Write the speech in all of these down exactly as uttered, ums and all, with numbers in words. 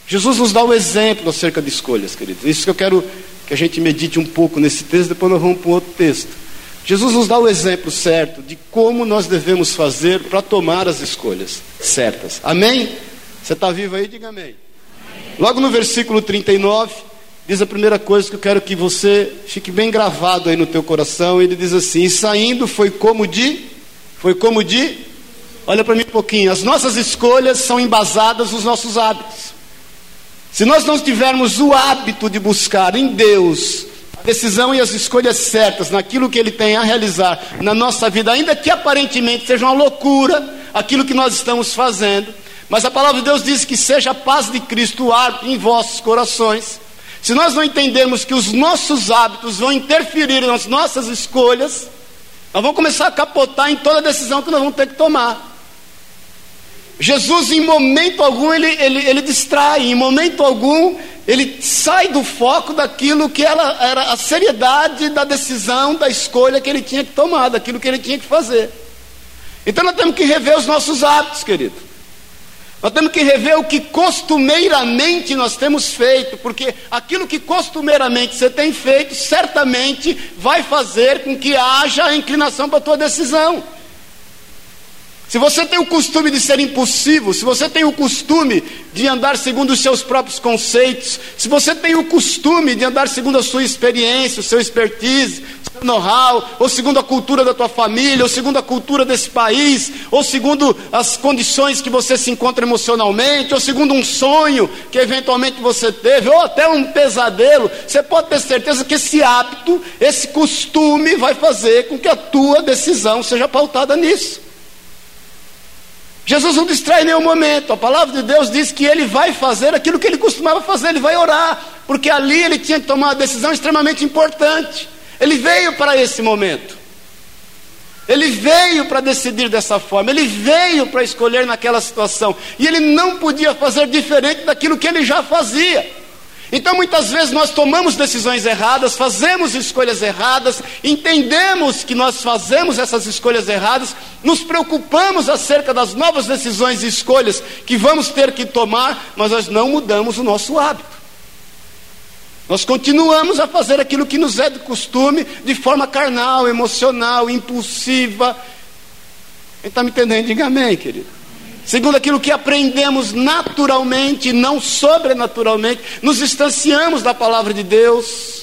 Jesus nos dá o exemplo acerca de escolhas, queridos. Isso que eu quero que a gente medite um pouco nesse texto, depois nós vamos para um outro texto. Jesus nos dá o exemplo certo de como nós devemos fazer para tomar as escolhas certas. Amém? Você está vivo aí? Diga amém. Logo no versículo trinta e nove, diz a primeira coisa que eu quero que você fique bem gravado aí no teu coração. Ele diz assim: e saindo foi como de, foi como de, olha para mim um pouquinho, as nossas escolhas são embasadas nos nossos hábitos. Se nós não tivermos o hábito de buscar em Deus a decisão e as escolhas certas naquilo que Ele tem a realizar na nossa vida, ainda que aparentemente seja uma loucura aquilo que nós estamos fazendo, mas a palavra de Deus diz que seja a paz de Cristo o árbitro em vossos corações. Se nós não entendermos que os nossos hábitos vão interferir nas nossas escolhas, nós vamos começar a capotar em toda decisão que nós vamos ter que tomar. Jesus, em momento algum, ele, ele, ele distrai, em momento algum, ele sai do foco daquilo que era, era a seriedade da decisão, da escolha que ele tinha que tomar, daquilo que ele tinha que fazer. Então nós temos que rever os nossos hábitos, querido. Nós temos que rever o que costumeiramente nós temos feito, porque aquilo que costumeiramente você tem feito, certamente vai fazer com que haja a inclinação para a tua decisão. Se você tem o costume de ser impulsivo, se você tem o costume de andar segundo os seus próprios conceitos, se você tem o costume de andar segundo a sua experiência, o seu expertise, o seu know-how, ou segundo a cultura da tua família, ou segundo a cultura desse país, ou segundo as condições que você se encontra emocionalmente, ou segundo um sonho que eventualmente você teve, ou até um pesadelo, você pode ter certeza que esse hábito, esse costume vai fazer com que a tua decisão seja pautada nisso. Jesus não distrai em nenhum momento. A palavra de Deus diz que ele vai fazer aquilo que ele costumava fazer. Ele vai orar, porque ali ele tinha que tomar uma decisão extremamente importante. Ele veio para esse momento. Ele veio para decidir dessa forma. Ele veio para escolher naquela situação. E ele não podia fazer diferente daquilo que ele já fazia. Então muitas vezes nós tomamos decisões erradas, fazemos escolhas erradas, entendemos que nós fazemos essas escolhas erradas, nos preocupamos acerca das novas decisões e escolhas que vamos ter que tomar, mas nós não mudamos o nosso hábito. Nós continuamos a fazer aquilo que nos é de costume, de forma carnal, emocional, impulsiva. Quem está me entendendo? Diga amém, querido. Segundo aquilo que aprendemos naturalmente, não sobrenaturalmente, nos distanciamos da palavra de Deus.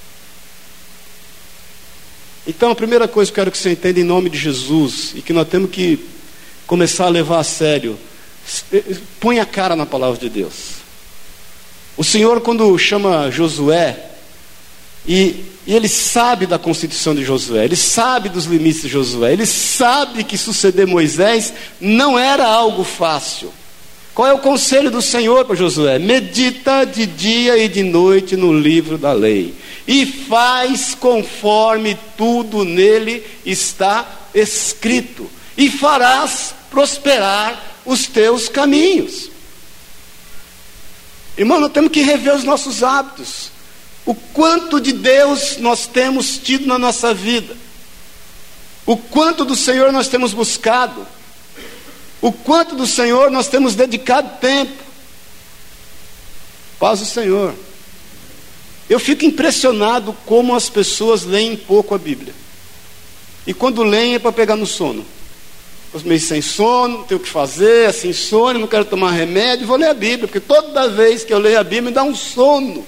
Então a primeira coisa que eu quero que você entenda em nome de Jesus, e que nós temos que começar a levar a sério, põe a cara na palavra de Deus. O Senhor, quando chama Josué, e, e ele sabe da constituição de Josué, ele sabe dos limites de Josué, ele sabe que suceder Moisés não era algo fácil. Qual é o conselho do Senhor para Josué? Medita de dia e de noite no livro da lei, e faz conforme tudo nele está escrito, e farás prosperar os teus caminhos. Irmão, nós temos que rever os nossos hábitos. O quanto de Deus nós temos tido na nossa vida, o quanto do Senhor nós temos buscado, o quanto do Senhor nós temos dedicado tempo. Paz do Senhor. Eu fico impressionado como as pessoas leem pouco a Bíblia, e quando leem é para pegar no sono. Os meio sem sono, não tenho o que fazer, assim, insônia, não quero tomar remédio, vou ler a Bíblia, porque toda vez que eu leio a Bíblia me dá um sono.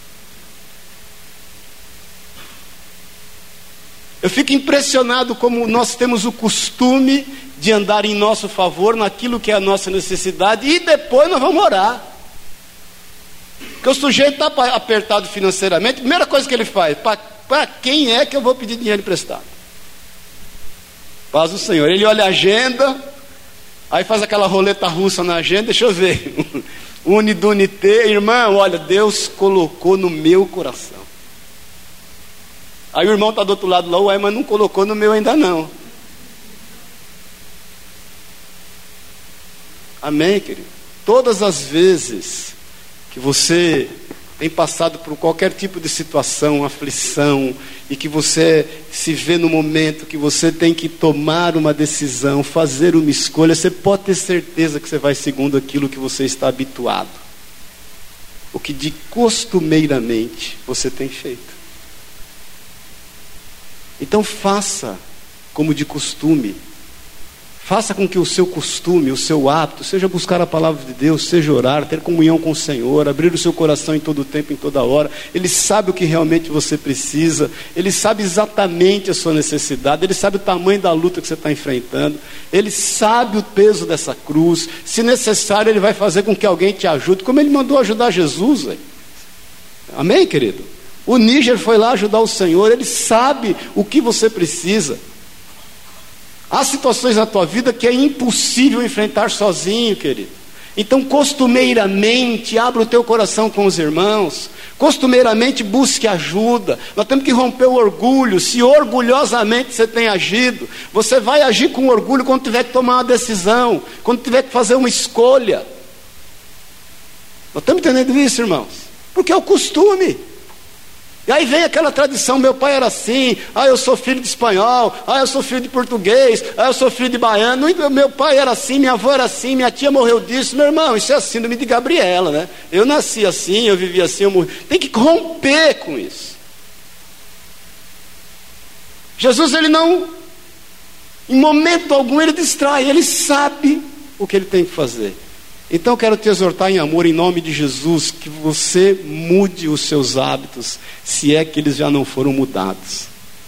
Eu fico impressionado como nós temos o costume de andar em nosso favor naquilo que é a nossa necessidade, e depois nós vamos orar. Porque o sujeito está apertado financeiramente, a primeira coisa que ele faz, para quem é que eu vou pedir dinheiro emprestado? Paz do Senhor. Ele olha a agenda, aí faz aquela roleta russa na agenda, deixa eu ver, unidunite, irmão, olha, Deus colocou no meu coração. Aí o irmão está do outro lado lá, ué, mas não colocou no meu ainda não. Amém, querido? Todas as vezes que você tem passado por qualquer tipo de situação, aflição, e que você se vê no momento que você tem que tomar uma decisão, fazer uma escolha, você pode ter certeza que você vai segundo aquilo que você está habituado. o que de costumeiramente você tem feito. Então faça como de costume. Faça com que o seu costume, o seu hábito, seja buscar a palavra de Deus, seja orar, ter comunhão com o Senhor, abrir o seu coração em todo o tempo, em toda hora. Ele sabe o que realmente você precisa, Ele sabe exatamente a sua necessidade, Ele sabe o tamanho da luta que você está enfrentando, Ele sabe o peso dessa cruz. Se necessário, Ele vai fazer com que alguém te ajude, como Ele mandou ajudar Jesus. Véio. Amém, querido? O Níger foi lá ajudar o Senhor, Ele sabe o que você precisa. Há situações na tua vida que é impossível enfrentar sozinho, querido. Então, costumeiramente, abra o teu coração com os irmãos. Costumeiramente, busque ajuda. Nós temos que romper o orgulho. Se orgulhosamente você tem agido, você vai agir com orgulho quando tiver que tomar uma decisão, quando tiver que fazer uma escolha. Nós estamos entendendo isso, irmãos? Porque é o costume. E aí vem aquela tradição, meu pai era assim, ah, eu sou filho de espanhol, ah, eu sou filho de português, ah, eu sou filho de baiano, meu pai era assim, minha avó era assim, minha tia morreu disso. Meu irmão, isso é a síndrome de Gabriela, né? Eu nasci assim, eu vivi assim, eu morri. Tem que romper com isso. Jesus, ele não, em momento algum ele distrai, ele sabe o que ele tem que fazer. Então eu quero te exortar em amor, em nome de Jesus, que você mude os seus hábitos, se é que eles já não foram mudados.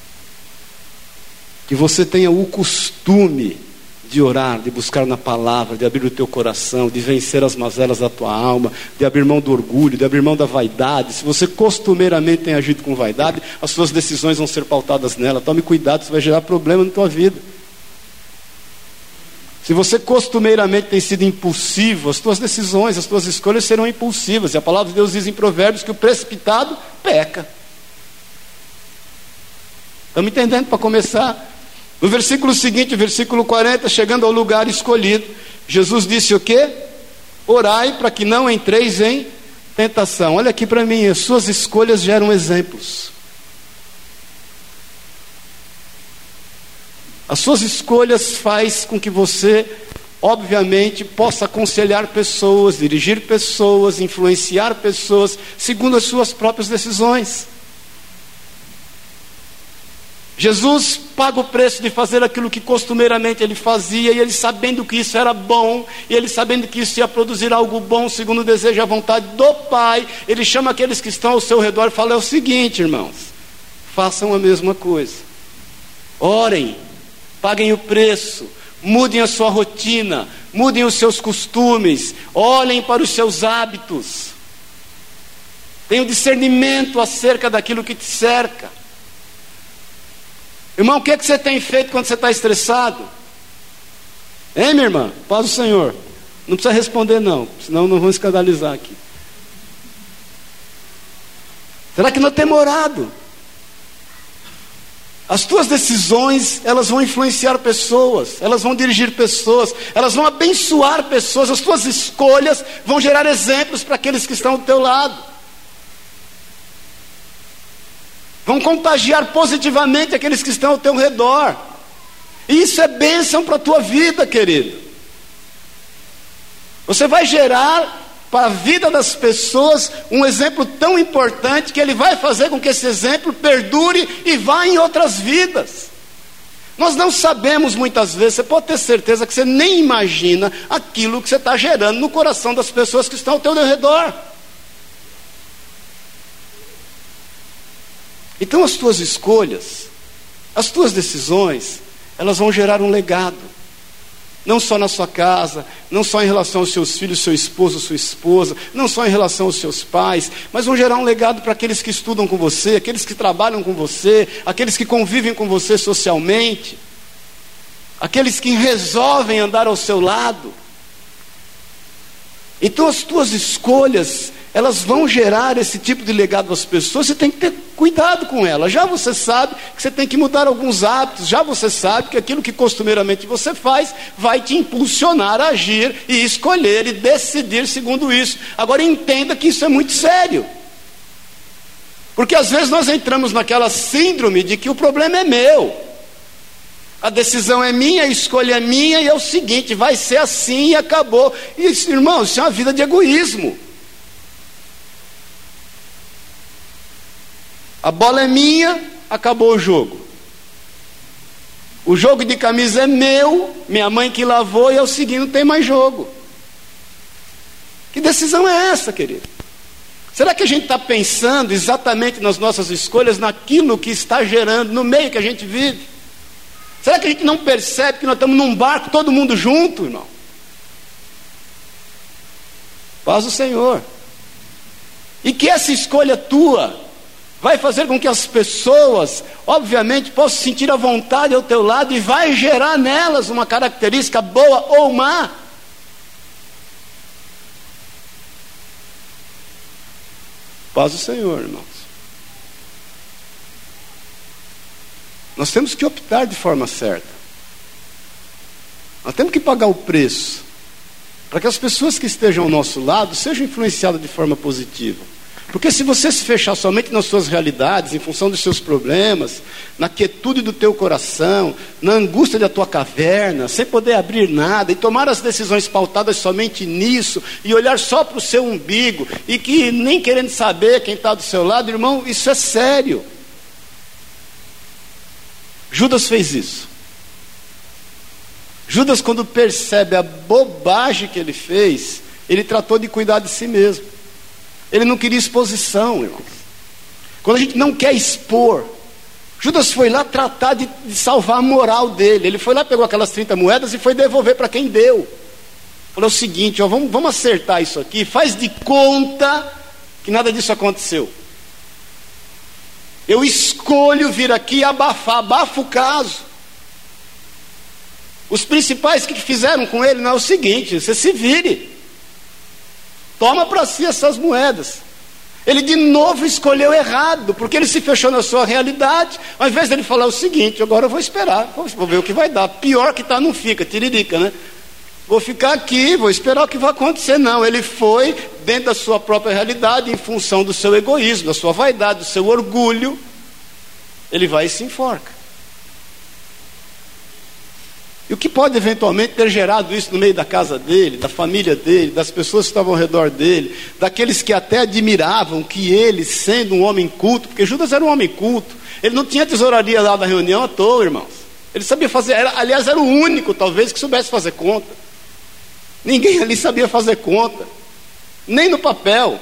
Que você tenha o costume de orar, de buscar na palavra, de abrir o teu coração, de vencer as mazelas da tua alma, de abrir mão do orgulho, de abrir mão da vaidade. Se você costumeiramente tem agido com vaidade, as suas decisões vão ser pautadas nela. Tome cuidado, isso vai gerar problema na tua vida. Se você costumeiramente tem sido impulsivo, as tuas decisões, as tuas escolhas serão impulsivas. E a palavra de Deus diz em Provérbios que o precipitado peca. Estamos entendendo para começar? No versículo seguinte, o versículo quarenta, chegando ao lugar escolhido, Jesus disse o quê? Orai para que não entreis em tentação. Olha aqui para mim, as suas escolhas geram exemplos. As suas escolhas faz com que você, obviamente, possa aconselhar pessoas, dirigir pessoas, influenciar pessoas, segundo as suas próprias decisões. Jesus paga o preço de fazer aquilo que costumeiramente ele fazia, e ele sabendo que isso era bom, e ele sabendo que isso ia produzir algo bom, segundo o desejo e a vontade do Pai, ele chama aqueles que estão ao seu redor e fala: é o seguinte, irmãos, façam a mesma coisa, orem, paguem o preço, mudem a sua rotina, mudem os seus costumes, olhem para os seus hábitos, tenham discernimento acerca daquilo que te cerca. Irmão, o que é que você tem feito quando você está estressado? Hein, minha irmã? Paz do Senhor. Não precisa responder não, senão não vão escandalizar aqui. Será que não tem orado? As tuas decisões, elas vão influenciar pessoas, elas vão dirigir pessoas, elas vão abençoar pessoas, as tuas escolhas vão gerar exemplos para aqueles que estão do teu lado. Vão contagiar positivamente aqueles que estão ao teu redor. E isso é bênção para a tua vida, querido. Você vai gerar para a vida das pessoas um exemplo tão importante que ele vai fazer com que esse exemplo perdure e vá em outras vidas. Nós não sabemos muitas vezes, você pode ter certeza que você nem imagina aquilo que você está gerando no coração das pessoas que estão ao teu redor. Então as tuas escolhas, as tuas decisões, elas vão gerar um legado. Não só na sua casa, não só em relação aos seus filhos, seu esposo, sua esposa, não só em relação aos seus pais, mas vão gerar um legado para aqueles que estudam com você, aqueles que trabalham com você, aqueles que convivem com você socialmente, aqueles que resolvem andar ao seu lado. Então as tuas escolhas, elas vão gerar esse tipo de legado às pessoas. Você tem que ter cuidado com elas. Já você sabe que você tem que mudar alguns hábitos. Já você sabe que aquilo que costumeiramente você faz vai te impulsionar a agir e escolher e decidir segundo isso. Agora entenda que isso é muito sério, porque às vezes nós entramos naquela síndrome de que o problema é meu, a decisão é minha, a escolha é minha, e é o seguinte, vai ser assim e acabou. E, irmãos, isso é uma vida de egoísmo. A bola é minha, acabou o jogo. O jogo de camisa é meu, minha mãe que lavou, e é o seguinte, não tem mais jogo. Que decisão é essa, querido? Será que a gente está pensando exatamente nas nossas escolhas, naquilo que está gerando, no meio que a gente vive? Será que a gente não percebe que nós estamos num barco, todo mundo junto, irmão? Paz do Senhor. E que essa escolha tua vai fazer com que as pessoas, obviamente, possam sentir a vontade ao teu lado e vai gerar nelas uma característica boa ou má. Paz do Senhor, irmãos. Nós temos que optar de forma certa. Nós temos que pagar o preço para que as pessoas que estejam ao nosso lado sejam influenciadas de forma positiva. Porque se você se fechar somente nas suas realidades, em função dos seus problemas, na quietude do teu coração, na angústia da tua caverna, sem poder abrir nada, e tomar as decisões pautadas somente nisso, e olhar só para o seu umbigo, e que nem querendo saber quem está do seu lado, irmão, isso é sério. Judas fez isso. Judas, quando percebe a bobagem que ele fez, ele tratou de cuidar de si mesmo. Ele não queria exposição, irmão. Quando a gente não quer expor, Judas foi lá tratar de, de salvar a moral dele. Ele foi lá, pegou aquelas trinta moedas e foi devolver para quem deu. Falou o seguinte, ó, vamos, vamos acertar isso aqui, faz de conta que nada disso aconteceu. Eu escolho vir aqui e abafar, abafa o caso. Os principais que fizeram com ele não é o seguinte, você se vire. Toma para si essas moedas. Ele de novo escolheu errado, porque ele se fechou na sua realidade. Ao invés dele falar o seguinte, agora eu vou esperar, vou ver o que vai dar. Pior que está, não fica, tiririca, né? Vou ficar aqui, vou esperar o que vai acontecer. Não, ele foi dentro da sua própria realidade, em função do seu egoísmo, da sua vaidade, do seu orgulho. Ele vai e se enforca. E o que pode eventualmente ter gerado isso no meio da casa dele, da família dele, das pessoas que estavam ao redor dele, daqueles que até admiravam que ele, sendo um homem culto, porque Judas era um homem culto, ele não tinha tesouraria lá da reunião à toa, irmãos. Ele sabia fazer, era, aliás, era o único, talvez, que soubesse fazer conta. Ninguém ali sabia fazer conta, nem no papel.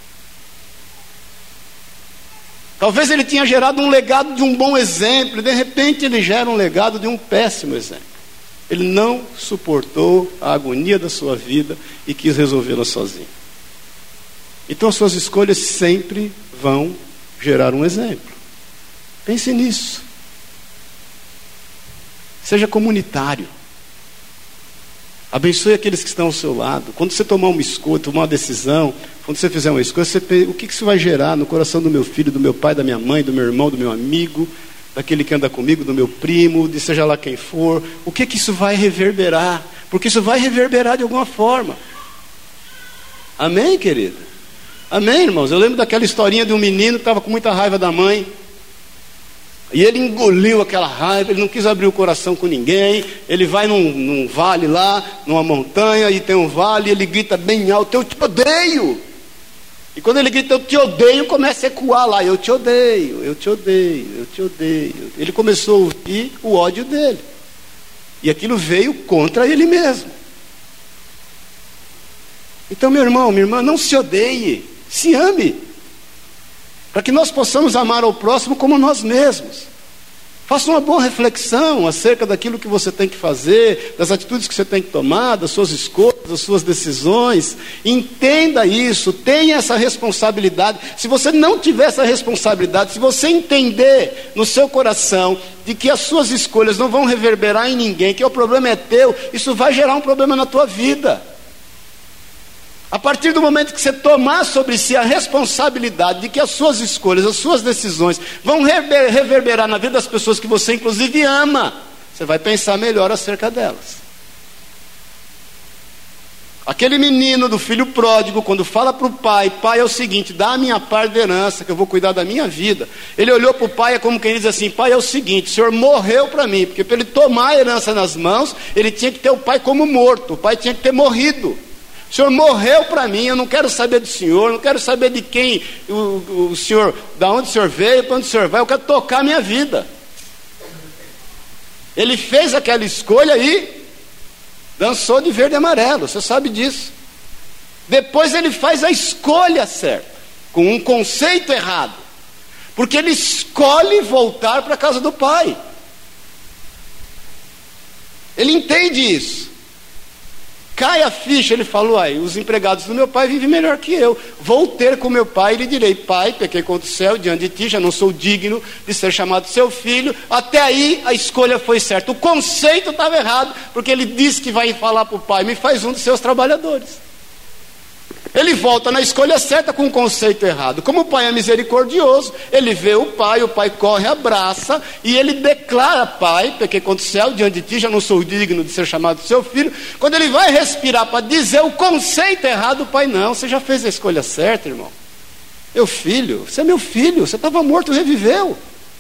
Talvez ele tinha gerado um legado de um bom exemplo, e de repente ele gera um legado de um péssimo exemplo. Ele não suportou a agonia da sua vida e quis resolvê-la sozinho. Então as suas escolhas sempre vão gerar um exemplo. Pense nisso. Seja comunitário. Abençoe aqueles que estão ao seu lado. Quando você tomar uma escolha, tomar uma decisão, quando você fizer uma escolha, você pensa, o que isso vai gerar no coração do meu filho, do meu pai, da minha mãe, do meu irmão, do meu amigo, daquele que anda comigo, do meu primo, de seja lá quem for. O que que isso vai reverberar? Porque isso vai reverberar de alguma forma. Amém, querida? Amém, irmãos? Eu lembro daquela historinha de um menino que estava com muita raiva da mãe. E ele engoliu aquela raiva, ele não quis abrir o coração com ninguém. Ele vai num, num vale lá, numa montanha, e tem um vale, e ele grita bem alto, eu te odeio. E quando ele grita, eu te odeio, começa a ecoar lá, eu te odeio, eu te odeio, eu te odeio. Ele começou a ouvir o ódio dele. E aquilo veio contra ele mesmo. Então, meu irmão, minha irmã, não se odeie, se ame. Para que nós possamos amar ao próximo como nós mesmos. Faça uma boa reflexão acerca daquilo que você tem que fazer, das atitudes que você tem que tomar, das suas escolhas, das suas decisões. Entenda isso, tenha essa responsabilidade. Se você não tiver essa responsabilidade, se você entender no seu coração de que as suas escolhas não vão reverberar em ninguém, que o problema é teu, isso vai gerar um problema na tua vida. A partir do momento que você tomar sobre si a responsabilidade de que as suas escolhas, as suas decisões vão reverberar na vida das pessoas que você inclusive ama, você vai pensar melhor acerca delas. Aquele menino do filho pródigo, quando fala para o pai, pai, é o seguinte, dá a minha parte de herança, que eu vou cuidar da minha vida. Ele olhou para o pai, é como quem diz assim, pai, é o seguinte, o senhor morreu para mim, porque para ele tomar a herança nas mãos, ele tinha que ter o pai como morto, o pai tinha que ter morrido. O Senhor morreu para mim, eu não quero saber do Senhor, não quero saber de quem o, o Senhor, da onde o Senhor veio, para onde o Senhor vai, eu quero tocar a minha vida. Ele fez aquela escolha e dançou de verde e amarelo, você sabe disso. Depois ele faz a escolha certa, com um conceito errado, porque ele escolhe voltar para a casa do pai. Ele entende isso. Cai a ficha, ele falou, aí, os empregados do meu pai vivem melhor que eu. Vou ter com meu pai e lhe direi, pai, pequei contra o céu, diante de ti, já não sou digno de ser chamado seu filho. Até aí a escolha foi certa. O conceito estava errado, porque ele disse que vai falar para o pai, me faz um dos seus trabalhadores. Ele volta na escolha certa com o conceito errado. Como o pai é misericordioso, ele vê o pai, o pai corre, abraça, e ele declara, pai, pequei contra o céu, diante de ti, já não sou digno de ser chamado seu filho. Quando ele vai respirar para dizer o conceito errado, o pai, não, você já fez a escolha certa, irmão. Meu filho, você é meu filho, você estava morto, reviveu.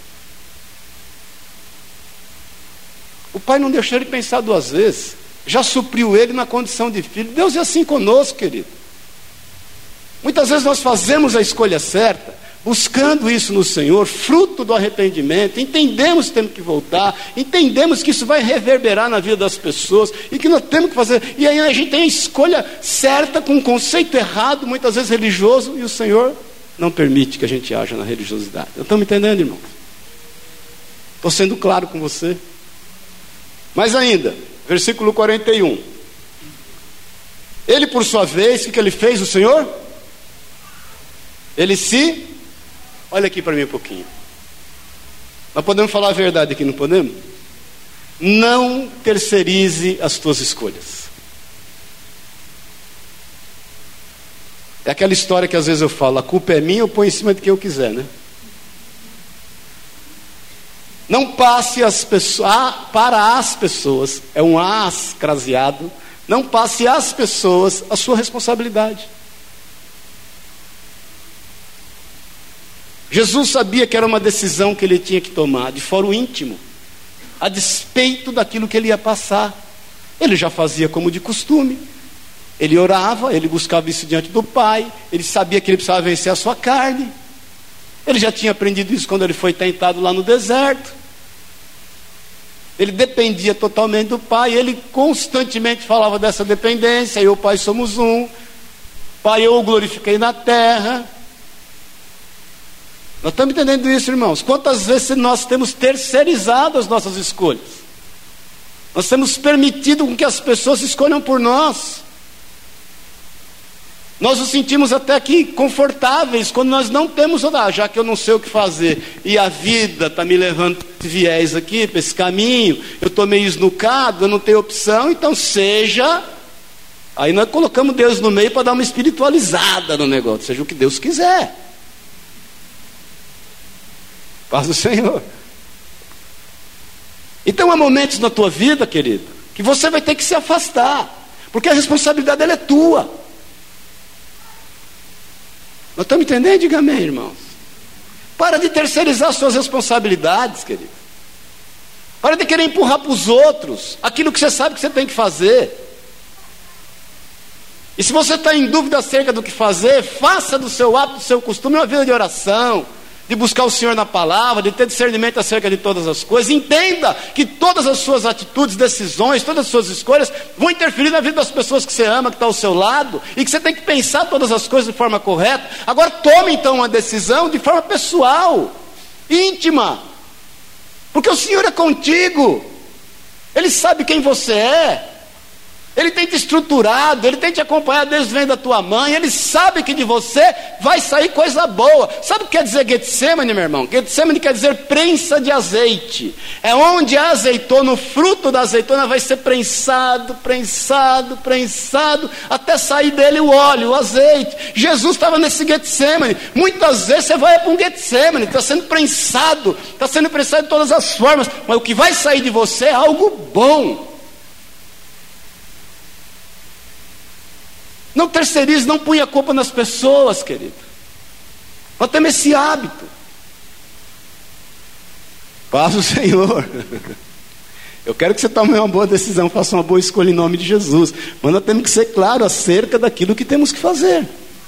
O pai não deixou ele pensar duas vezes, já supriu ele na condição de filho. Deus é assim conosco, querido. Muitas vezes nós fazemos a escolha certa, buscando isso no Senhor, fruto do arrependimento, entendemos que temos que voltar, entendemos que isso vai reverberar na vida das pessoas, e que nós temos que fazer, e aí a gente tem a escolha certa, com um conceito errado, muitas vezes religioso, e o Senhor não permite que a gente haja na religiosidade. Estão me entendendo, irmãos? Estou sendo claro com você. Mas ainda, versículo quarenta e um. Ele, por sua vez, o que ele fez, o Senhor? Ele se... Olha aqui para mim um pouquinho. Nós podemos falar a verdade aqui, não podemos? Não terceirize as tuas escolhas. É aquela história que às vezes eu falo, a culpa é minha, eu ponho em cima de quem eu quiser, né? Não passe as pessoas, para as pessoas, é um as craseado, não passe às pessoas a sua responsabilidade. Jesus sabia que era uma decisão que ele tinha que tomar de foro íntimo, a despeito daquilo que ele ia passar. Ele já fazia como de costume, ele orava, ele buscava isso diante do Pai, ele sabia que ele precisava vencer a sua carne, ele já tinha aprendido isso quando ele foi tentado lá no deserto. Ele dependia totalmente do Pai, ele constantemente falava dessa dependência, eu e o Pai somos um, Pai, eu o glorifiquei na terra. Nós estamos entendendo isso, irmãos? Quantas vezes nós temos terceirizado as nossas escolhas? Nós temos permitido que as pessoas escolham por nós. Nós nos sentimos até aqui confortáveis quando nós não temos, ah, já que eu não sei o que fazer, e a vida está me levando para esse viés aqui, para esse caminho, eu estou meio esnucado, eu não tenho opção, então seja... Aí nós colocamos Deus no meio para dar uma espiritualizada no negócio, seja o que Deus quiser. Paz do Senhor. Então há momentos na tua vida, querido, que você vai ter que se afastar, porque a responsabilidade dela é tua. Nós estamos entendendo? Diga amém, irmãos. Para de terceirizar suas responsabilidades, querido. Para de querer empurrar para os outros aquilo que você sabe que você tem que fazer. E se você está em dúvida acerca do que fazer, faça do seu hábito, do seu costume uma vida de oração, de buscar o Senhor na palavra, de ter discernimento acerca de todas as coisas. Entenda que todas as suas atitudes, decisões, todas as suas escolhas vão interferir na vida das pessoas que você ama, que está ao seu lado, e que você tem que pensar todas as coisas de forma correta. Agora tome então uma decisão de forma pessoal, íntima, porque o Senhor é contigo, Ele sabe quem você é, Ele tem te estruturado, Ele tem te acompanhado desde o ventre da tua mãe, Ele sabe que de você vai sair coisa boa. Sabe o que quer dizer Getsemane, meu irmão? Getsemane quer dizer prensa de azeite. É onde a azeitona, o fruto da azeitona vai ser prensado, prensado, prensado, até sair dele o óleo, o azeite. Jesus estava nesse Getsemane. Muitas vezes você vai para um Getsemane, está sendo prensado, está sendo prensado de todas as formas, mas o que vai sair de você é algo bom. Não terceirize, não ponha a culpa nas pessoas, querido. Nós temos esse hábito. Paz do Senhor. Eu quero que você tome uma boa decisão, faça uma boa escolha em nome de Jesus. Mas nós temos que ser claros acerca daquilo que temos que fazer.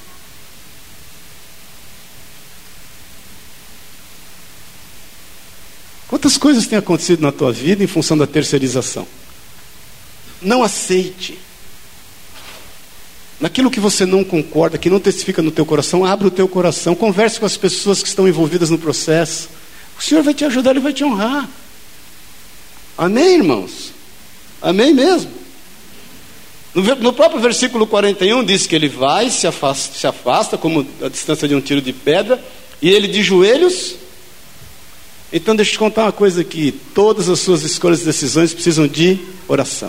Quantas coisas têm acontecido na tua vida em função da terceirização? Não aceite. Naquilo que você não concorda, que não testifica no teu coração, abra o teu coração, converse com as pessoas que estão envolvidas no processo. O Senhor vai te ajudar, Ele vai te honrar. Amém, irmãos? Amém mesmo? No, no próprio versículo quarenta e um diz que ele vai, se afasta, se afasta como a distância de um tiro de pedra, e ele de joelhos. Então deixa eu te contar uma coisa aqui: todas as suas escolhas e decisões precisam de oração.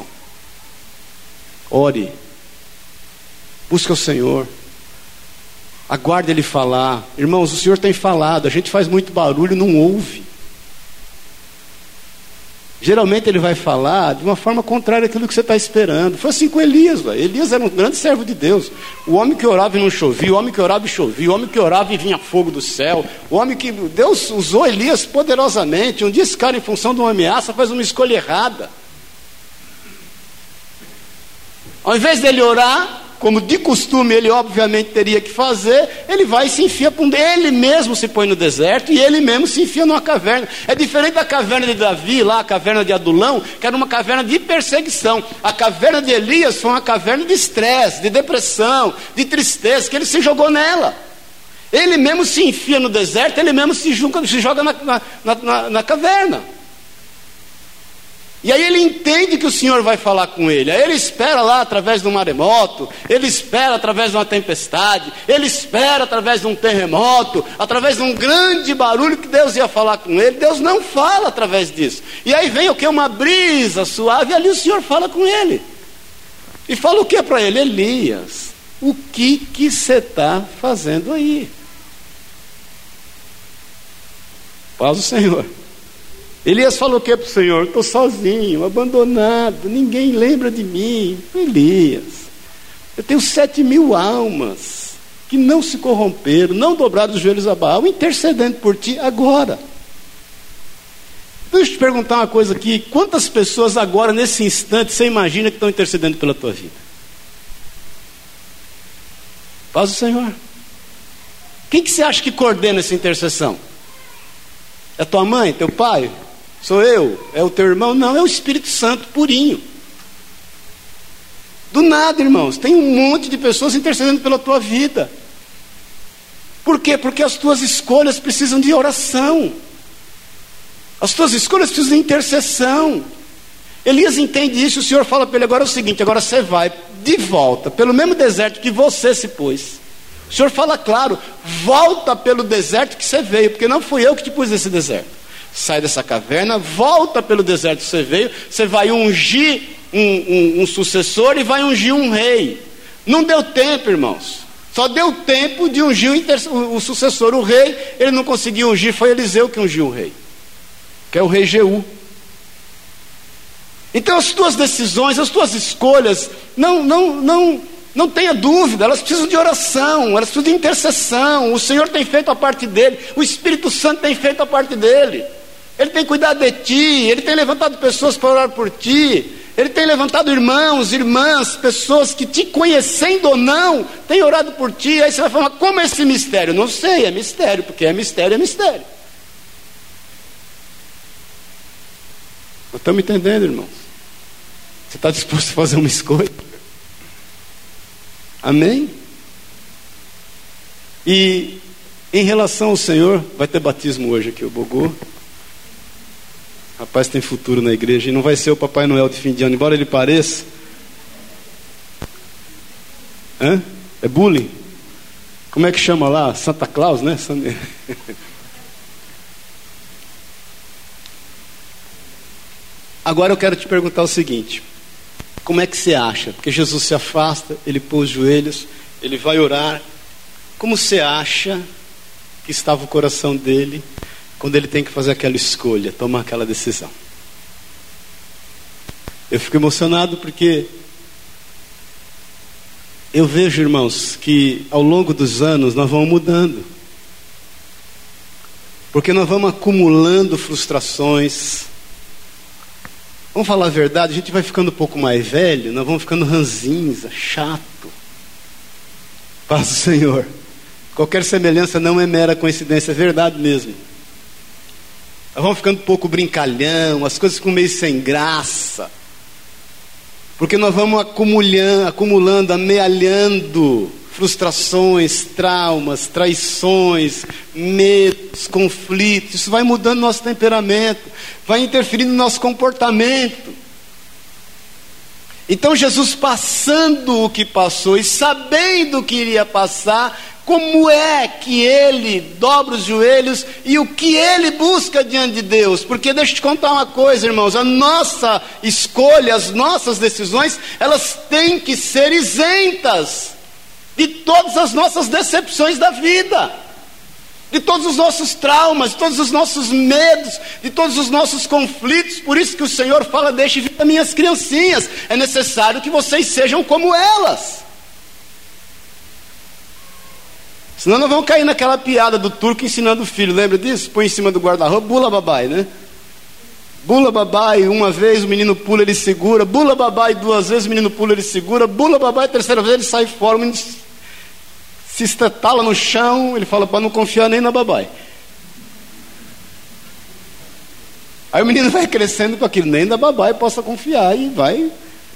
Ore, busque o Senhor, aguarde Ele falar. Irmãos, o Senhor tem falado, a gente faz muito barulho e não ouve. Geralmente Ele vai falar de uma forma contrária àquilo que você está esperando. Foi assim com Elias. Véio. Elias era um grande servo de Deus. O homem que orava e não chovia, o homem que orava e chovia, o homem que orava e vinha fogo do céu, o homem que... Deus usou Elias poderosamente. Um dia esse cara, em função de uma ameaça, faz uma escolha errada. Ao invés dele orar, como de costume ele obviamente teria que fazer, ele vai e se enfia, ele mesmo se põe no deserto e ele mesmo se enfia numa caverna. É diferente da caverna de Davi, lá a caverna de Adulão, que era uma caverna de perseguição. A caverna de Elias foi uma caverna de estresse, de depressão, de tristeza, que ele se jogou nela. Ele mesmo se enfia no deserto, ele mesmo se, junca, se joga na, na, na, na caverna. E aí ele entende que o Senhor vai falar com ele. Aí ele espera lá através de um maremoto, ele espera através de uma tempestade, ele espera através de um terremoto, através de um grande barulho que Deus ia falar com ele. Deus não fala através disso. E aí vem o que? Uma brisa suave, e ali o Senhor fala com ele. E fala o que para ele? Elias, o que que você está fazendo aí? Paz do Senhor. Elias falou o que para o Senhor? Estou sozinho, abandonado, ninguém lembra de mim. Elias, eu tenho sete mil almas que não se corromperam, não dobraram os joelhos a Baal, intercedendo por ti agora. Deixa eu te perguntar uma coisa aqui: quantas pessoas agora, nesse instante, você imagina que estão intercedendo pela tua vida? Paz do Senhor. Quem que você acha que coordena essa intercessão? É tua mãe, teu pai? Sou eu? É o teu irmão? Não, é o Espírito Santo purinho. Do nada, irmãos, tem um monte de pessoas intercedendo pela tua vida. Por quê? Porque as tuas escolhas precisam de oração. As tuas escolhas precisam de intercessão. Elias entende isso, o Senhor fala para ele agora o seguinte: agora você vai de volta pelo mesmo deserto que você se pôs. O Senhor fala claro: volta pelo deserto que você veio, porque não fui eu que te pus nesse deserto. Sai dessa caverna, volta pelo deserto que você veio, você vai ungir um, um, um sucessor e vai ungir um rei. Não deu tempo, irmãos. Só deu tempo de ungir o, inter, o, o sucessor, o rei. Ele não conseguiu ungir, foi Eliseu que ungiu o rei, que é o rei Jeú. Então as tuas decisões, as tuas escolhas, não, não, não, não tenha dúvida, elas precisam de oração, elas precisam de intercessão. O Senhor tem feito a parte dele, o Espírito Santo tem feito a parte dele. Ele tem cuidado de ti, Ele tem levantado pessoas para orar por ti, Ele tem levantado irmãos, irmãs, pessoas que te conhecendo ou não, têm orado por ti. Aí você vai falar: como é esse mistério? Não sei, é mistério, porque é mistério, é mistério. Nós estamos entendendo, irmãos? Você está disposto a fazer uma escolha? Amém? E em relação ao Senhor, vai ter batismo hoje aqui, o Bogô. Rapaz, tem futuro na igreja. E não vai ser o Papai Noel de fim de ano, embora ele pareça. Hã? É bullying? Como é que chama lá? Santa Claus, né? Agora eu quero te perguntar o seguinte: como é que você acha? Porque Jesus se afasta, ele pôs os joelhos, ele vai orar. Como você acha que estava o coração dele quando ele tem que fazer aquela escolha, tomar aquela decisão? Eu fico emocionado porque eu vejo, irmãos, que ao longo dos anos nós vamos mudando, porque nós vamos acumulando frustrações, Vamos falar a verdade, a gente vai ficando um pouco mais velho, nós vamos ficando ranzinza, chato. Paz do Senhor. Qualquer semelhança não é mera coincidência, é verdade mesmo. Nós vamos ficando um pouco brincalhão, as coisas ficam meio sem graça. Porque nós vamos acumulando, acumulando, amealhando frustrações, traumas, traições, medos, conflitos. Isso vai mudando nosso temperamento, vai interferindo no nosso comportamento. Então Jesus, passando o que passou e sabendo o que iria passar, como é que ele dobra os joelhos e o que ele busca diante de Deus? Porque deixa eu te contar uma coisa, irmãos, a nossa escolha, as nossas decisões, elas têm que ser isentas de todas as nossas decepções da vida, de todos os nossos traumas, de todos os nossos medos, de todos os nossos conflitos. Por isso que o Senhor fala: deixe vir as minhas criancinhas, é necessário que vocês sejam como elas. Senão nós vamos cair naquela piada do turco ensinando o filho, lembra disso? Põe em cima do guarda-roupa, bula babai, né? Bula babai, uma vez o menino pula, ele segura. Bula babai, duas vezes o menino pula, ele segura. Bula babai, terceira vez ele sai fora, o menino se estatala no chão. Ele fala para não confiar nem na babai. Aí o menino vai crescendo com aquilo, nem da babai possa confiar, e vai.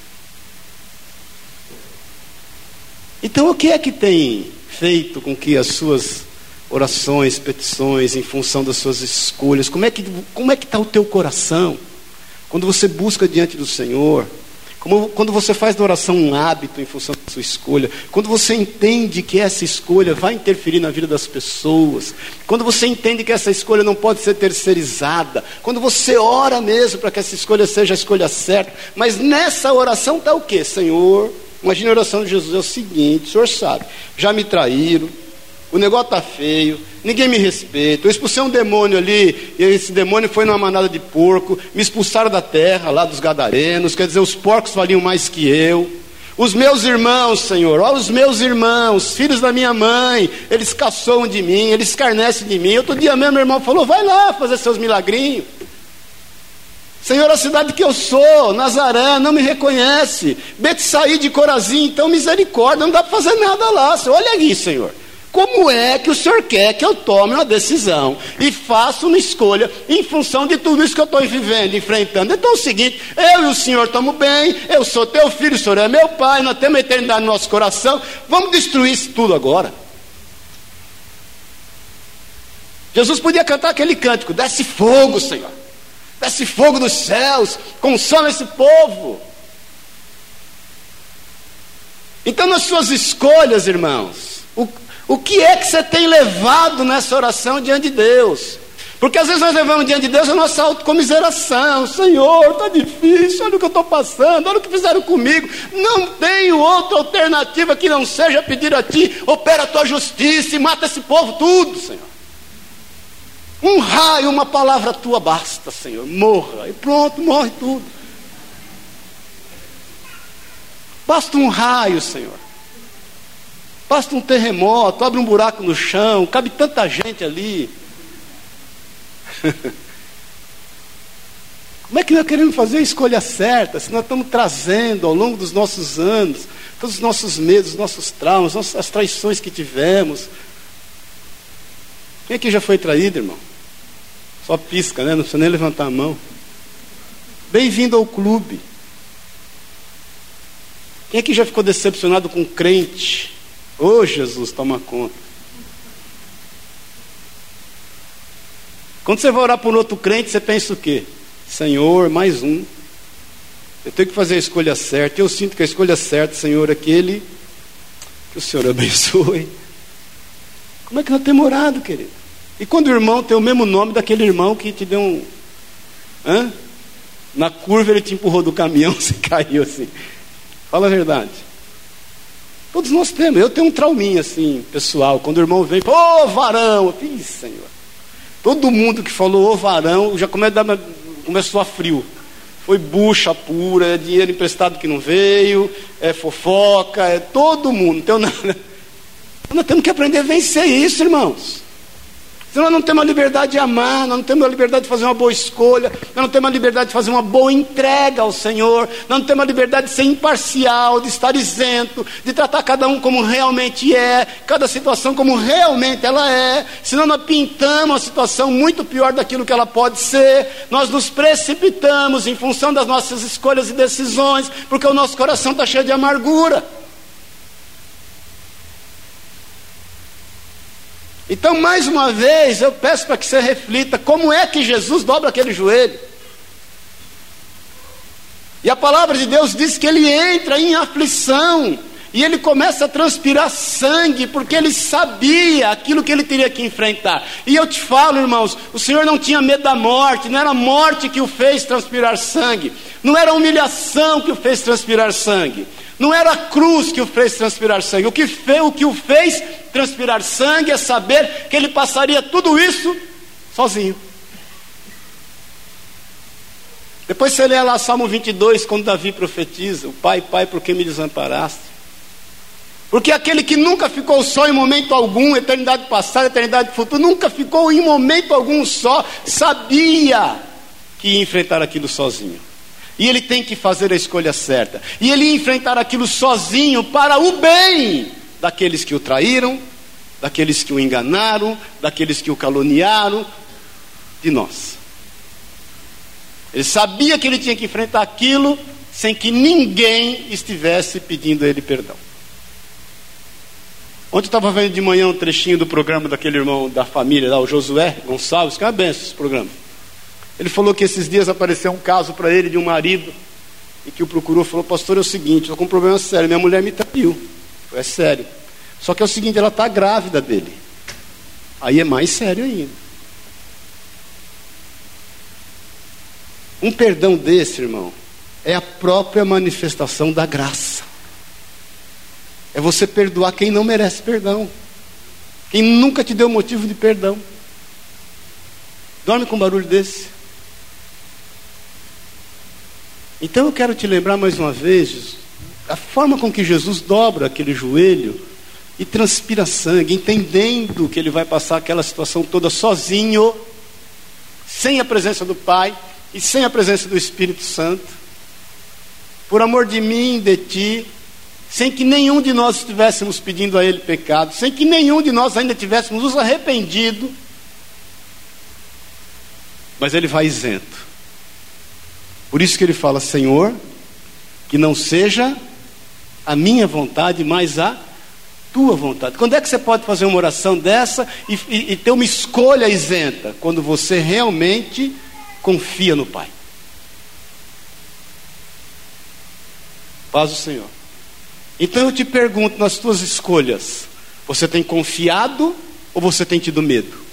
Então o que é que tem feito com que as suas orações, petições, em função das suas escolhas, como é que como é que está o teu coração? Quando você busca diante do Senhor, como, quando você faz da oração um hábito em função da sua escolha, quando você entende que essa escolha vai interferir na vida das pessoas, quando você entende que essa escolha não pode ser terceirizada, quando você ora mesmo para que essa escolha seja a escolha certa, mas nessa oração está o quê? Senhor, imagina a oração de Jesus, é o seguinte: o Senhor sabe, já me traíram, o negócio está feio, ninguém me respeita, eu expulsei um demônio ali, e esse demônio foi numa manada de porco, me expulsaram da terra, lá dos gadarenos, quer dizer, os porcos valiam mais que eu. Os meus irmãos, Senhor, olha os meus irmãos, filhos da minha mãe, eles caçoam de mim, eles escarnecem de mim. Outro dia mesmo meu irmão falou: vai lá fazer seus milagrinhos. Senhor, a cidade que eu sou, Nazaré, não me reconhece. Betsaída de Corazim, então misericórdia, não dá para fazer nada lá. Senhor, olha aí, Senhor, como é que o Senhor quer que eu tome uma decisão e faça uma escolha em função de tudo isso que eu estou vivendo, enfrentando? Então é o seguinte: eu e o Senhor estamos bem, eu sou teu filho, o Senhor é meu pai, nós temos a eternidade no nosso coração, vamos destruir isso tudo agora. Jesus podia cantar aquele cântico: desce fogo, Senhor, desce fogo dos céus, consome esse povo. Então, nas suas escolhas, irmãos, o, o que é que você tem levado nessa oração diante de Deus? Porque às vezes nós levamos diante de Deus a nossa autocomiseração: Senhor, está difícil, olha o que eu estou passando, olha o que fizeram comigo, não tenho outra alternativa que não seja pedir a Ti, opera a Tua justiça e mata esse povo tudo, Senhor. Um raio, uma palavra Tua basta, Senhor, morra, e pronto, morre tudo. Basta um raio, Senhor, basta um terremoto, abre um buraco no chão, cabe tanta gente ali. Como é que nós queremos fazer a escolha certa, se nós estamos trazendo ao longo dos nossos anos todos os nossos medos, os nossos traumas, as traições que tivemos? Quem aqui já foi traído, irmão? Só pisca, né? Não precisa nem levantar a mão. Bem-vindo ao clube. Quem aqui já ficou decepcionado com um crente? Ô oh, Jesus, toma conta. Quando você vai orar por outro crente, você pensa o quê? Senhor, mais um. Eu tenho que fazer a escolha certa. Eu sinto que a escolha certa, Senhor, é aquele que o Senhor abençoe. Como é que nós temos orado, querido? E quando o irmão tem o mesmo nome daquele irmão que te deu um... Hã? Na curva ele te empurrou do caminhão, você caiu assim. Fala a verdade. Todos nós temos. Eu tenho um trauminha assim, pessoal. Quando o irmão vem, ô varão, ih, Senhor. Todo mundo que falou ô varão já come, começou a frio. Foi bucha pura, é dinheiro emprestado que não veio, é fofoca, é todo mundo. Então, não, nós temos que aprender a vencer isso, irmãos. Nós não temos a liberdade de amar, nós não temos a liberdade de fazer uma boa escolha, nós não temos a liberdade de fazer uma boa entrega ao Senhor, nós não temos a liberdade de ser imparcial, de estar isento, de tratar cada um como realmente é, cada situação como realmente ela é. Senão nós pintamos a situação muito pior daquilo que ela pode ser. Nós nos precipitamos em função das nossas escolhas e decisões, porque o nosso coração está cheio de amargura. Então, mais uma vez, eu peço para que você reflita, como é que Jesus dobra aquele joelho? E a palavra de Deus diz que ele entra em aflição, e ele começa a transpirar sangue, porque ele sabia aquilo que ele teria que enfrentar. E eu te falo, irmãos, o Senhor não tinha medo da morte, não era a morte que o fez transpirar sangue, não era a humilhação que o fez transpirar sangue, não era a cruz que o fez transpirar sangue. O que, fez, o que o fez transpirar sangue é saber que ele passaria tudo isso sozinho. Depois você lê lá Salmo vinte e dois, quando Davi profetiza: o Pai, Pai, por que me desamparaste? Porque aquele que nunca ficou só em momento algum, eternidade passada, eternidade futura, nunca ficou em momento algum só, sabia que ia enfrentar aquilo sozinho. E ele tem que fazer a escolha certa. E ele ia enfrentar aquilo sozinho para o bem daqueles que o traíram, daqueles que o enganaram, daqueles que o caluniaram, de nós. Ele sabia que ele tinha que enfrentar aquilo sem que ninguém estivesse pedindo a ele perdão. Ontem eu estava vendo de manhã um trechinho do programa daquele irmão da família lá, o Josué Gonçalves, que é uma benção esse programa. Ele falou que esses dias apareceu um caso para ele de um marido, e que o procurou, falou: pastor, é o seguinte, estou com um problema sério, minha mulher me traiu. É sério. Só que é o seguinte, ela está grávida dele. Aí é mais sério ainda. Um perdão desse, irmão, é a própria manifestação da graça. É você perdoar quem não merece perdão, quem nunca te deu motivo de perdão. Dorme com um barulho desse. Então eu quero te lembrar mais uma vez a forma com que Jesus dobra aquele joelho e transpira sangue, entendendo que ele vai passar aquela situação toda sozinho, sem a presença do Pai e sem a presença do Espírito Santo, por amor de mim, de ti, sem que nenhum de nós estivéssemos pedindo a ele pecado, sem que nenhum de nós ainda tivéssemos nos arrependido, mas ele vai isento. Por isso que ele fala: Senhor, que não seja a minha vontade, mas a tua vontade. Quando é que você pode fazer uma oração dessa e, e, e ter uma escolha isenta? Quando você realmente confia no Pai. Paz do Senhor. Então eu te pergunto, nas tuas escolhas, você tem confiado ou você tem tido medo?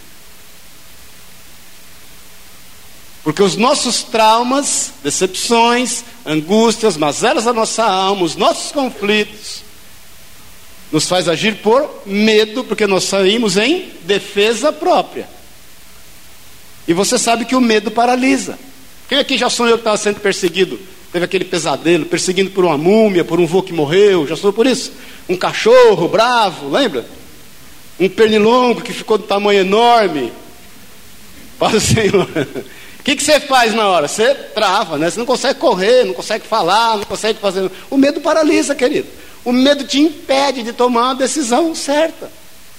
Porque os nossos traumas, decepções, angústias, mazelas da nossa alma, os nossos conflitos, nos faz agir por medo, porque nós saímos em defesa própria. E você sabe que o medo paralisa. Quem aqui já sonhou que estava sendo perseguido? Teve aquele pesadelo, perseguindo por uma múmia, por um vô que morreu, já sonhou por isso? Um cachorro bravo, lembra? Um pernilongo que ficou de tamanho enorme. Paz do Senhor. O que, que você faz na hora? Você trava, né? Você não consegue correr, não consegue falar, não consegue fazer. O medo paralisa, querido. O medo te impede de tomar uma decisão certa.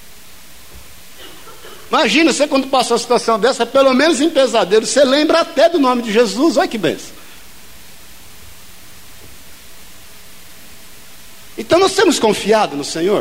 Imagina, você quando passa uma situação dessa, pelo menos em pesadelo, você lembra até do nome de Jesus. Olha que bênção. Então nós temos confiado no Senhor.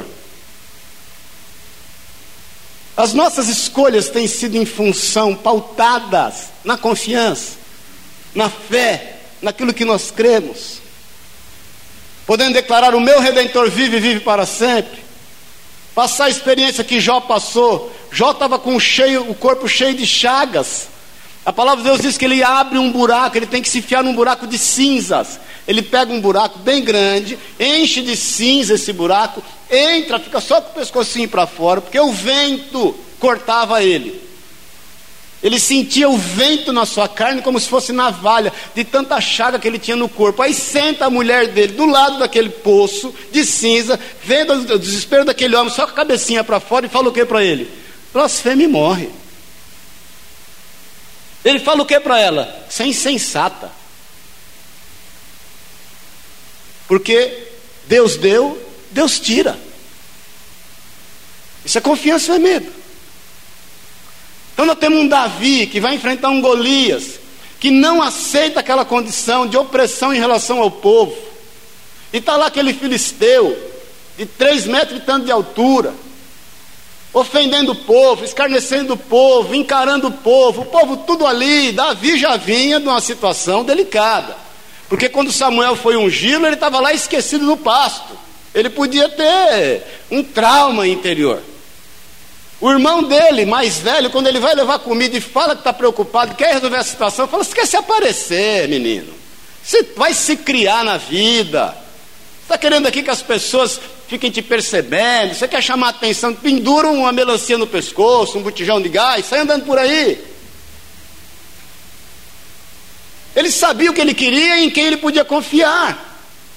As nossas escolhas têm sido em função, pautadas na confiança, na fé, naquilo que nós cremos. Podendo declarar: o meu Redentor vive e vive para sempre. Passar a experiência que Jó passou. Jó estava com cheio, o corpo cheio de chagas. A palavra de Deus diz que ele abre um buraco, ele tem que se enfiar num buraco de cinzas. Ele pega um buraco bem grande, enche de cinza esse buraco, entra, fica só com o pescocinho para fora, porque o vento cortava ele. Ele sentia o vento na sua carne como se fosse navalha, de tanta chaga que ele tinha no corpo. Aí senta a mulher dele do lado daquele poço de cinza, vendo o desespero daquele homem, só com a cabecinha para fora, e fala o que para ele? Blasfema e morre. Ele fala o que para ela? Você é insensata. Porque Deus deu, Deus tira. Isso é confiança ou é medo? Então nós temos um Davi que vai enfrentar um Golias, que não aceita aquela condição de opressão em relação ao povo. E está lá aquele filisteu, de três metros e tanto de altura, ofendendo o povo, escarnecendo o povo, encarando o povo, o povo tudo ali. Davi já vinha de uma situação delicada, porque quando Samuel foi ungí-lo, ele estava lá esquecido no pasto. Ele podia ter um trauma interior. O irmão dele, mais velho, quando ele vai levar comida e fala que está preocupado, quer resolver a situação, fala: você quer se aparecer, menino? Você vai se criar na vida. Você está querendo aqui que as pessoas fiquem te percebendo? Você quer chamar a atenção? Pendura uma melancia no pescoço, um botijão de gás, sai andando por aí. Ele sabia o que ele queria e em quem ele podia confiar.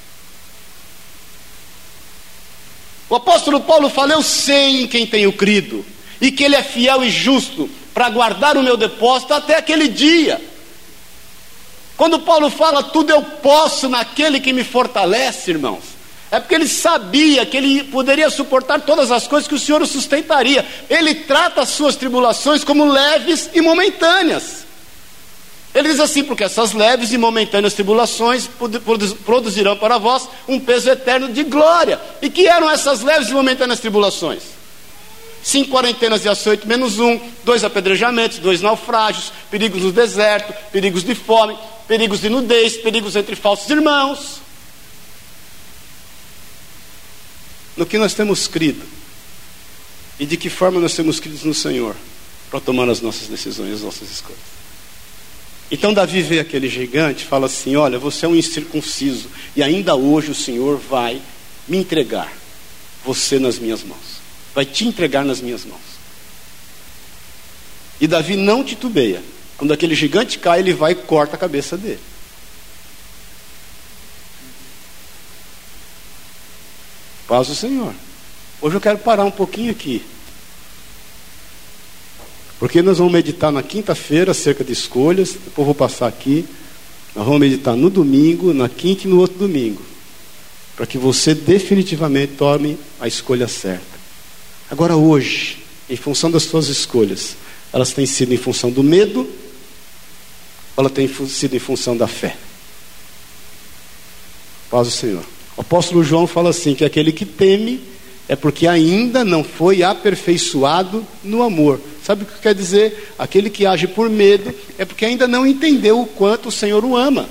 O apóstolo Paulo fala: eu sei em quem tenho crido, e que ele é fiel e justo para guardar o meu depósito até aquele dia. Quando Paulo fala tudo eu posso naquele que me fortalece, irmãos, é porque ele sabia que ele poderia suportar todas as coisas, que o Senhor o sustentaria. Ele trata as suas tribulações como leves e momentâneas. Ele diz assim: porque essas leves e momentâneas tribulações produzirão para vós um peso eterno de glória. E que eram essas leves e momentâneas tribulações? Cinco quarentenas de açoite menos um, dois apedrejamentos, dois naufrágios, perigos no deserto, perigos de fome, perigos de nudez, perigos entre falsos irmãos. No que nós temos crido e de que forma nós temos crido no Senhor para tomar as nossas decisões, as nossas escolhas. Então Davi vê aquele gigante e fala assim: olha, você é um incircunciso, e ainda hoje o Senhor vai me entregar você nas minhas mãos, vai te entregar nas minhas mãos. E Davi não titubeia. Quando aquele gigante cai, ele vai e corta a cabeça dele. Paz do Senhor. Hoje eu quero parar um pouquinho aqui, porque nós vamos meditar na quinta-feira acerca de escolhas. Depois vou passar aqui. Nós vamos meditar no domingo, na quinta e no outro domingo, para que você definitivamente tome a escolha certa. Agora hoje, em função das suas escolhas, elas têm sido em função do medo, ou elas têm sido em função da fé? Paz do Senhor. O apóstolo João fala assim, que aquele que teme é porque ainda não foi aperfeiçoado no amor. Sabe o que quer dizer? Aquele que age por medo é porque ainda não entendeu o quanto o Senhor o ama.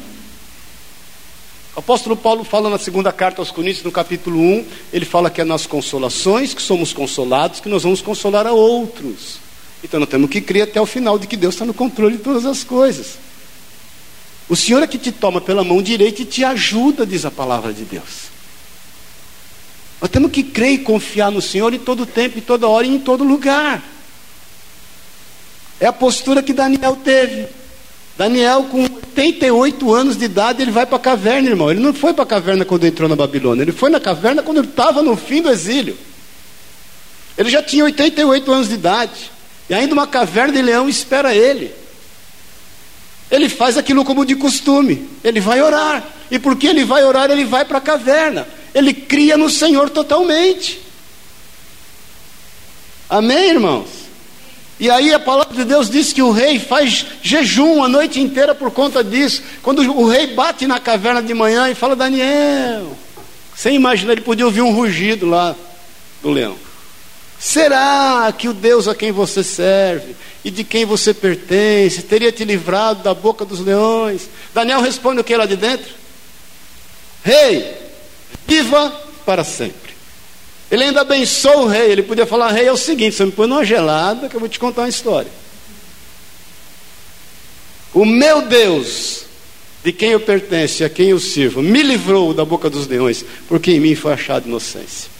O apóstolo Paulo fala na segunda carta aos Coríntios, no capítulo um, ele fala que é nas consolações que somos consolados, que nós vamos consolar a outros. Então nós temos que crer até o final de que Deus está no controle de todas as coisas. O Senhor é que te toma pela mão direita e te ajuda, diz a palavra de Deus. Nós temos que crer e confiar no Senhor em todo tempo, em toda hora e em todo lugar. É a postura que Daniel teve. Daniel, com oitenta e oito anos de idade, ele vai para a caverna, irmão. Ele não foi para a caverna quando entrou na Babilônia. Ele foi na caverna quando ele estava no fim do exílio. Ele já tinha oitenta e oito anos de idade. E ainda uma caverna de leão espera ele. Ele faz aquilo como de costume. Ele vai orar. E porque ele vai orar, ele vai para a caverna. Ele cria no Senhor totalmente. Amém, irmãos? E aí a palavra de Deus diz que o rei faz jejum a noite inteira por conta disso. Quando o rei bate na caverna de manhã e fala: Daniel, você imagina, ele podia ouvir um rugido lá do leão. Será que o Deus a quem você serve e de quem você pertence teria te livrado da boca dos leões? Daniel responde o que lá de dentro? Rei, viva para sempre. Ele ainda abençoou o rei. Ele podia falar: rei, é o seguinte, você me põe numa gelada que eu vou te contar uma história. O meu Deus, de quem eu pertenço e a quem eu sirvo, me livrou da boca dos leões, porque em mim foi achada inocência.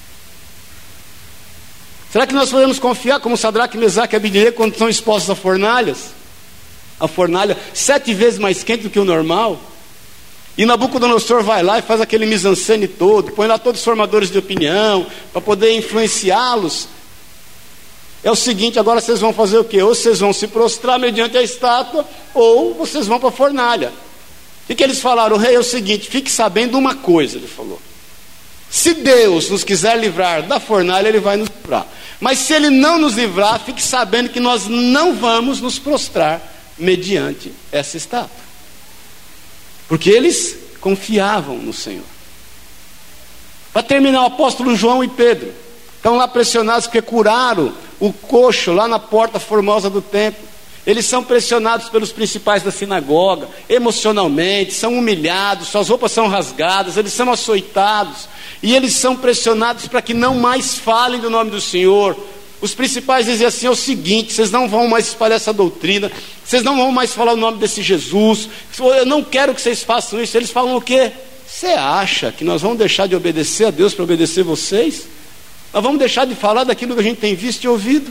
Será que nós podemos confiar como Sadraque, Mesaque e Abednego quando são expostos a fornalhas? A fornalha sete vezes mais quente do que o normal. E Nabucodonosor vai lá e faz aquele mise-en-scène todo, põe lá todos os formadores de opinião, para poder influenciá-los. é o seguinte: agora vocês vão fazer o quê? Ou vocês vão se prostrar mediante a estátua, ou vocês vão para a fornalha. O que eles falaram? O rei, é o seguinte: fique sabendo uma coisa, ele falou: se Deus nos quiser livrar da fornalha, Ele vai nos livrar. Mas se Ele não nos livrar, fique sabendo que nós não vamos nos prostrar mediante essa estátua. Porque eles confiavam no Senhor. Para terminar, o apóstolo João e Pedro estão lá pressionados porque curaram o coxo lá na porta formosa do templo. Eles são pressionados pelos principais da sinagoga, emocionalmente, são humilhados, suas roupas são rasgadas, eles são açoitados, e eles são pressionados para que não mais falem do nome do Senhor. Os principais dizem assim: é o seguinte, vocês não vão mais espalhar essa doutrina, vocês não vão mais falar o nome desse Jesus, eu não quero que vocês façam isso. Eles falam o quê? Você acha que nós vamos deixar de obedecer a Deus para obedecer vocês? Nós vamos deixar de falar daquilo que a gente tem visto e ouvido?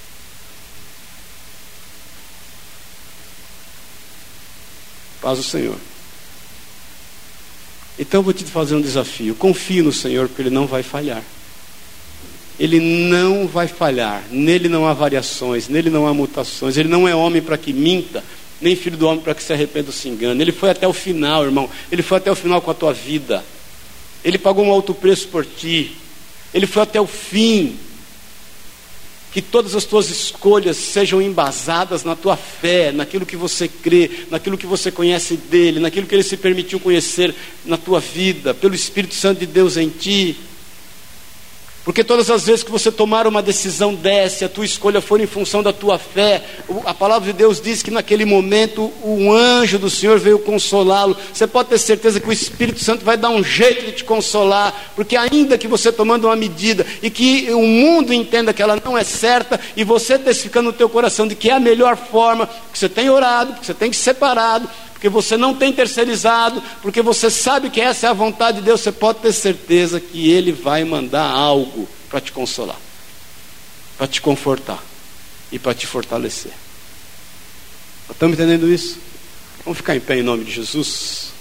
Paz do Senhor. Então eu vou te fazer um desafio: confie no Senhor, porque Ele não vai falhar. Ele não vai falhar. Nele não há variações, nele não há mutações. Ele não é homem para que minta, nem filho do homem para que se arrependa ou se engane. Ele foi até o final, irmão. Ele foi até o final com a tua vida. Ele pagou um alto preço por ti. Ele foi até o fim. Que todas as tuas escolhas sejam embasadas na tua fé, naquilo que você crê, naquilo que você conhece dele, naquilo que ele se permitiu conhecer na tua vida, pelo Espírito Santo de Deus em ti. Porque todas as vezes que você tomar uma decisão dessa, a tua escolha for em função da tua fé, a palavra de Deus diz que naquele momento um anjo do Senhor veio consolá-lo. Você pode ter certeza que o Espírito Santo vai dar um jeito de te consolar, porque ainda que você tomando uma medida e que o mundo entenda que ela não é certa, e você testificando no teu coração de que é a melhor forma, porque você tem orado, porque você tem se separado, porque você não tem terceirizado, porque você sabe que essa é a vontade de Deus, você pode ter certeza que Ele vai mandar algo para te consolar, para te confortar e para te fortalecer. Estamos entendendo isso? Vamos ficar em pé em nome de Jesus?